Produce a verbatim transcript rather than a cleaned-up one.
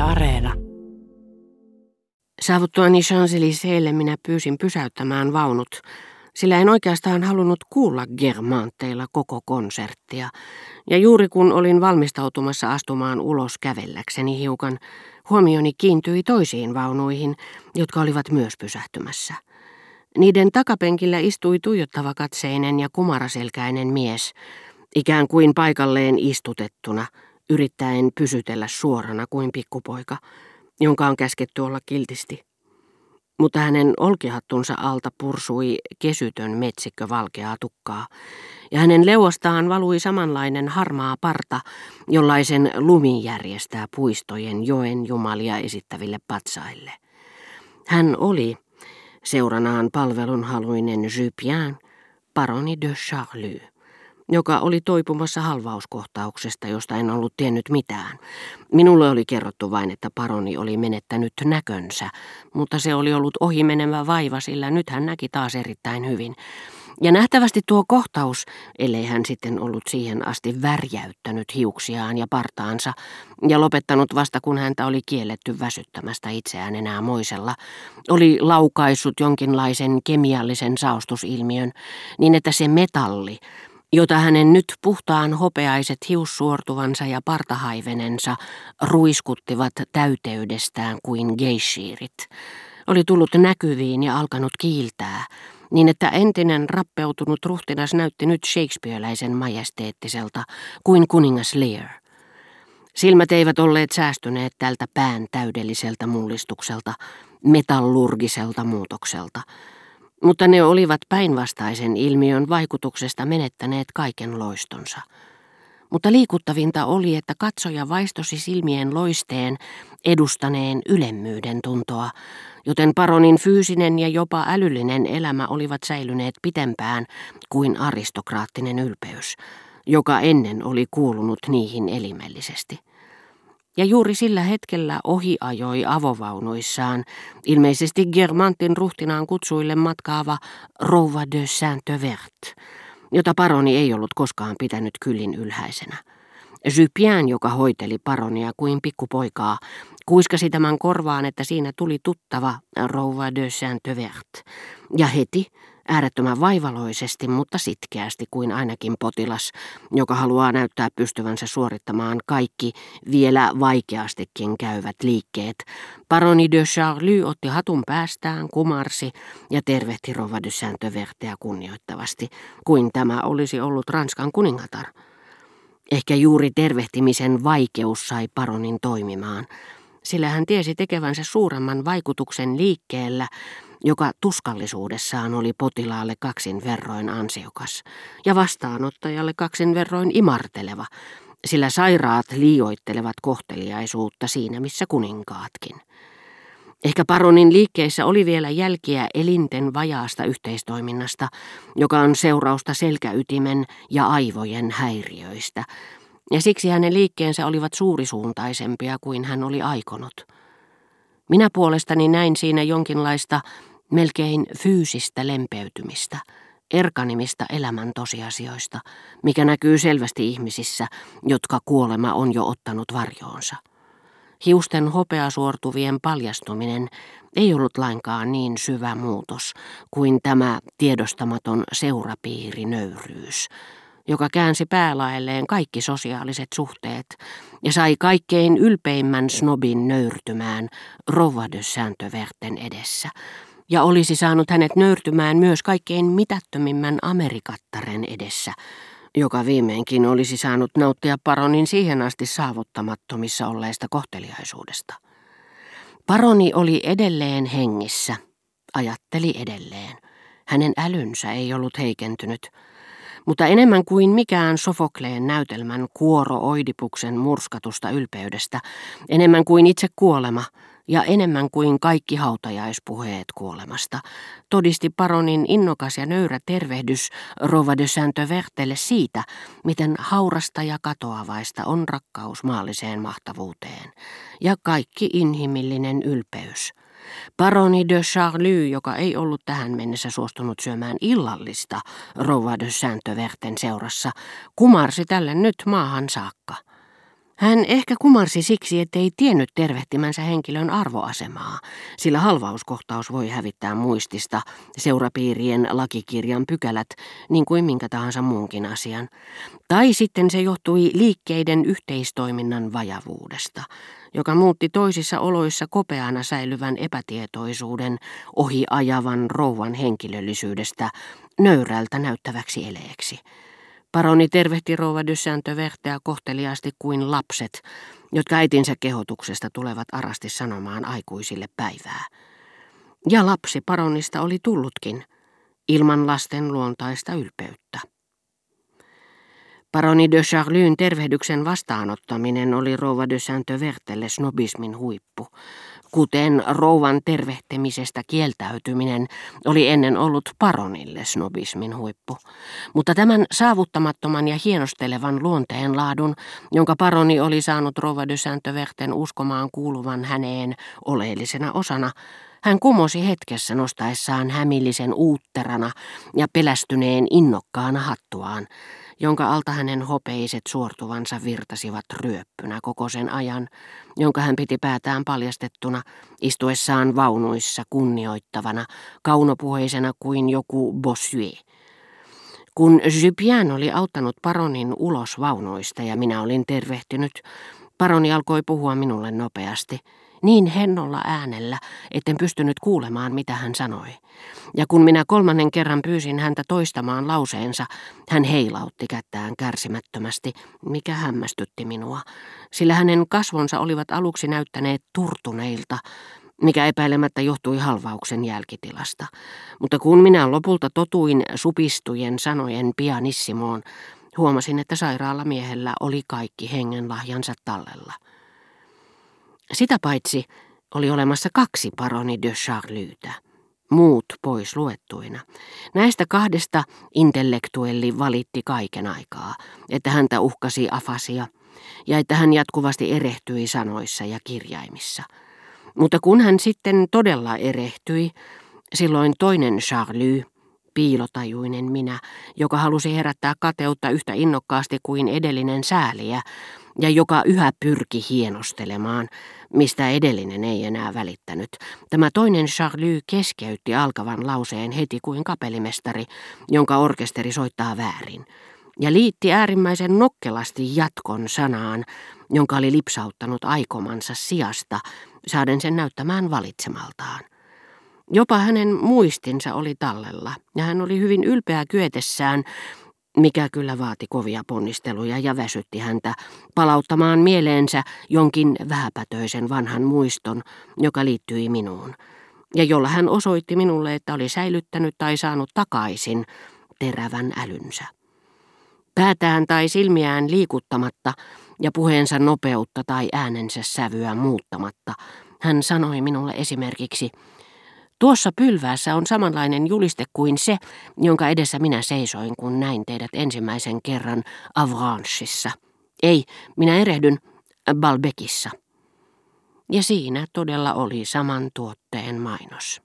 Areena. Saavuttuani Champs-Élysées'lle minä pyysin pysäyttämään vaunut, sillä en oikeastaan halunnut kuulla Guermanteilla koko konserttia. Ja juuri kun olin valmistautumassa astumaan ulos kävelläkseni hiukan, huomioni kiintyi toisiin vaunuihin, jotka olivat myös pysähtymässä. Niiden takapenkillä istui tuijottava katseinen ja kumaraselkäinen mies, ikään kuin paikalleen istutettuna, yrittäen pysytellä suorana kuin pikkupoika, jonka on käsketty olla kiltisti. Mutta hänen olkihattunsa alta pursui kesytön metsikkö valkeaa tukkaa, ja hänen leuastaan valui samanlainen harmaa parta, jollaisen lumi järjestää puistojen joen jumalia esittäville patsaille. Hän oli seuranaan palvelunhaluinen Jupien, paroni de Charlus, joka oli toipumassa halvauskohtauksesta, josta en ollut tiennyt mitään. Minulle oli kerrottu vain, että paroni oli menettänyt näkönsä, mutta se oli ollut ohimenevä vaiva, sillä nyt hän näki taas erittäin hyvin. Ja nähtävästi tuo kohtaus, ellei hän sitten ollut siihen asti värjäyttänyt hiuksiaan ja partaansa ja lopettanut vasta kun häntä oli kielletty väsyttämästä itseään enää moisella, oli laukaissut jonkinlaisen kemiallisen saostusilmiön, niin että se metalli, jota hänen nyt puhtaan hopeaiset hiussuortuvansa ja partahaivenensa ruiskuttivat täyteydestään kuin geishirit, oli tullut näkyviin ja alkanut kiiltää, niin että entinen rappeutunut ruhtinas näytti nyt shakespeareläisen majesteettiselta kuin kuningas Lear. Silmät eivät olleet säästyneet tältä pään täydelliseltä mullistukselta, metallurgiselta muutokselta, mutta ne olivat päinvastaisen ilmiön vaikutuksesta menettäneet kaiken loistonsa. Mutta liikuttavinta oli, että katsoja vaistosi silmien loisteen edustaneen ylemmyyden tuntoa, joten paronin fyysinen ja jopa älyllinen elämä olivat säilyneet pitempään kuin aristokraattinen ylpeys, joka ennen oli kuulunut niihin elimellisesti. Ja juuri sillä hetkellä ohi ajoi avovaunuissaan, ilmeisesti Guermantin ruhtinaan kutsuille matkaava rouva de Saint-Everte, jota paroni ei ollut koskaan pitänyt kyllin ylhäisenä. Jupien, joka hoiteli paronia kuin pikkupoikaa, kuiskasi tämän korvaan, että siinä tuli tuttava rouva de Saint-Everte, ja heti, äärettömän vaivaloisesti, mutta sitkeästi kuin ainakin potilas, joka haluaa näyttää pystyvänsä suorittamaan kaikki vielä vaikeastikin käyvät liikkeet, paroni de Charlus otti hatun päästään, kumarsi ja tervehti rouva de Saint-Evertea kunnioittavasti, kuin tämä olisi ollut Ranskan kuningatar. Ehkä juuri tervehtimisen vaikeus sai paronin toimimaan, sillä hän tiesi tekevänsä suuremman vaikutuksen liikkeellä, joka tuskallisuudessaan oli potilaalle kaksin verroin ansiokas ja vastaanottajalle kaksin verroin imarteleva, sillä sairaat liioittelevat kohteliaisuutta siinä missä kuninkaatkin. Ehkä paronin liikkeissä oli vielä jälkiä elinten vajaasta yhteistoiminnasta, joka on seurausta selkäytimen ja aivojen häiriöistä, ja siksi hänen liikkeensä olivat suurisuuntaisempia kuin hän oli aikonut. Minä puolestani näin siinä jonkinlaista melkein fyysistä lempeytymistä, erkanimista elämän tosiasioista, mikä näkyy selvästi ihmisissä, jotka kuolema on jo ottanut varjoonsa. Hiusten hopeasuortuvien paljastuminen ei ollut lainkaan niin syvä muutos kuin tämä tiedostamaton seurapiirinöyryys, joka käänsi päälaelleen kaikki sosiaaliset suhteet ja sai kaikkein ylpeimmän snobin nöyrtymään rouva de Saint-Everten edessä, ja olisi saanut hänet nöyrtymään myös kaikkein mitättömimmän amerikattaren edessä, joka viimeinkin olisi saanut nauttia paronin siihen asti saavuttamattomissa olleesta kohteliaisuudesta. Paroni oli edelleen hengissä, ajatteli edelleen. Hänen älynsä ei ollut heikentynyt, mutta enemmän kuin mikään Sofokleen näytelmän kuoro-oidipuksen murskatusta ylpeydestä, enemmän kuin itse kuolema ja enemmän kuin kaikki hautajaispuheet kuolemasta, todisti paronin innokas ja nöyrä tervehdys rouva de Saint-Evertelle siitä, miten haurasta ja katoavaista on rakkaus maalliseen mahtavuuteen ja kaikki inhimillinen ylpeys. Paroni de Charlus, joka ei ollut tähän mennessä suostunut syömään illallista rouva de Saint-Everten seurassa, kumarsi tälle nyt maahan saakka. Hän ehkä kumarsi siksi, ettei tiennyt tervehtimänsä henkilön arvoasemaa, sillä halvauskohtaus voi hävittää muistista seurapiirien lakikirjan pykälät, niin kuin minkä tahansa muunkin asian. Tai sitten se johtui liikkeiden yhteistoiminnan vajavuudesta, joka muutti toisissa oloissa kopeana säilyvän epätietoisuuden ohi ajavan rouvan henkilöllisyydestä nöyrältä näyttäväksi eleeksi. Paroni tervehti rouva de Saint-Vertea kohteliaasti kuin lapset, jotka äitinsä kehotuksesta tulevat arasti sanomaan aikuisille päivää. Ja lapsi paronista oli tullutkin, ilman lasten luontaista ylpeyttä. Paroni de Charlyn tervehdyksen vastaanottaminen oli rouva de Saint-Vertelle snobismin huippu, kuten rouvan tervehtimisestä kieltäytyminen oli ennen ollut paronille snobismin huippu. Mutta tämän saavuttamattoman ja hienostelevan luonteenlaadun, jonka paroni oli saanut rouva de Saint-Verten uskomaan kuuluvan häneen oleellisena osana, hän kumosi hetkessä nostaessaan hämillisen uutterana ja pelästyneen innokkaana hattuaan, jonka alta hänen hopeiset suortuvansa virtasivat ryöppynä koko sen ajan, jonka hän piti päätään paljastettuna, istuessaan vaunuissa kunnioittavana, kaunopuheisena kuin joku Bossuet. Kun Jupien oli auttanut paronin ulos vaunuista ja minä olin tervehtynyt, paroni alkoi puhua minulle nopeasti, niin hennolla äänellä, etten pystynyt kuulemaan, mitä hän sanoi. Ja kun minä kolmannen kerran pyysin häntä toistamaan lauseensa, hän heilautti kättään kärsimättömästi, mikä hämmästytti minua, sillä hänen kasvonsa olivat aluksi näyttäneet turtuneilta, mikä epäilemättä johtui halvauksen jälkitilasta. Mutta kun minä lopulta totuin supistujen sanojen pianissimoon, huomasin, että sairaalla miehellä oli kaikki hengenlahjansa tallella. Sitä paitsi oli olemassa kaksi paroni de Charlytä, muut pois luettuina. Näistä kahdesta intellektuelli valitti kaiken aikaa, että häntä uhkasi afasia ja että hän jatkuvasti erehtyi sanoissa ja kirjaimissa. Mutta kun hän sitten todella erehtyi, silloin toinen Charly, piilotajuinen minä, joka halusi herättää kateutta yhtä innokkaasti kuin edellinen sääliä, ja joka yhä pyrki hienostelemaan, mistä edellinen ei enää välittänyt. Tämä toinen Charly keskeytti alkavan lauseen heti kuin kapellimestari, jonka orkesteri soittaa väärin, ja liitti äärimmäisen nokkelasti jatkon sanaan, jonka oli lipsauttanut aikomansa sijasta, saaden sen näyttämään valitsemaltaan. Jopa hänen muistinsa oli tallella, ja hän oli hyvin ylpeä kyetessään, mikä kyllä vaati kovia ponnisteluja ja väsytti häntä palauttamaan mieleensä jonkin vähäpätöisen vanhan muiston, joka liittyi minuun, ja jolla hän osoitti minulle, että oli säilyttänyt tai saanut takaisin terävän älynsä. Päätään tai silmiään liikuttamatta ja puheensa nopeutta tai äänensä sävyä muuttamatta, hän sanoi minulle esimerkiksi: "Tuossa pylväässä on samanlainen juliste kuin se, jonka edessä minä seisoin, kun näin teidät ensimmäisen kerran Avranchissa. Ei, minä erehdyn Balbecissa." Ja siinä todella oli saman tuotteen mainos.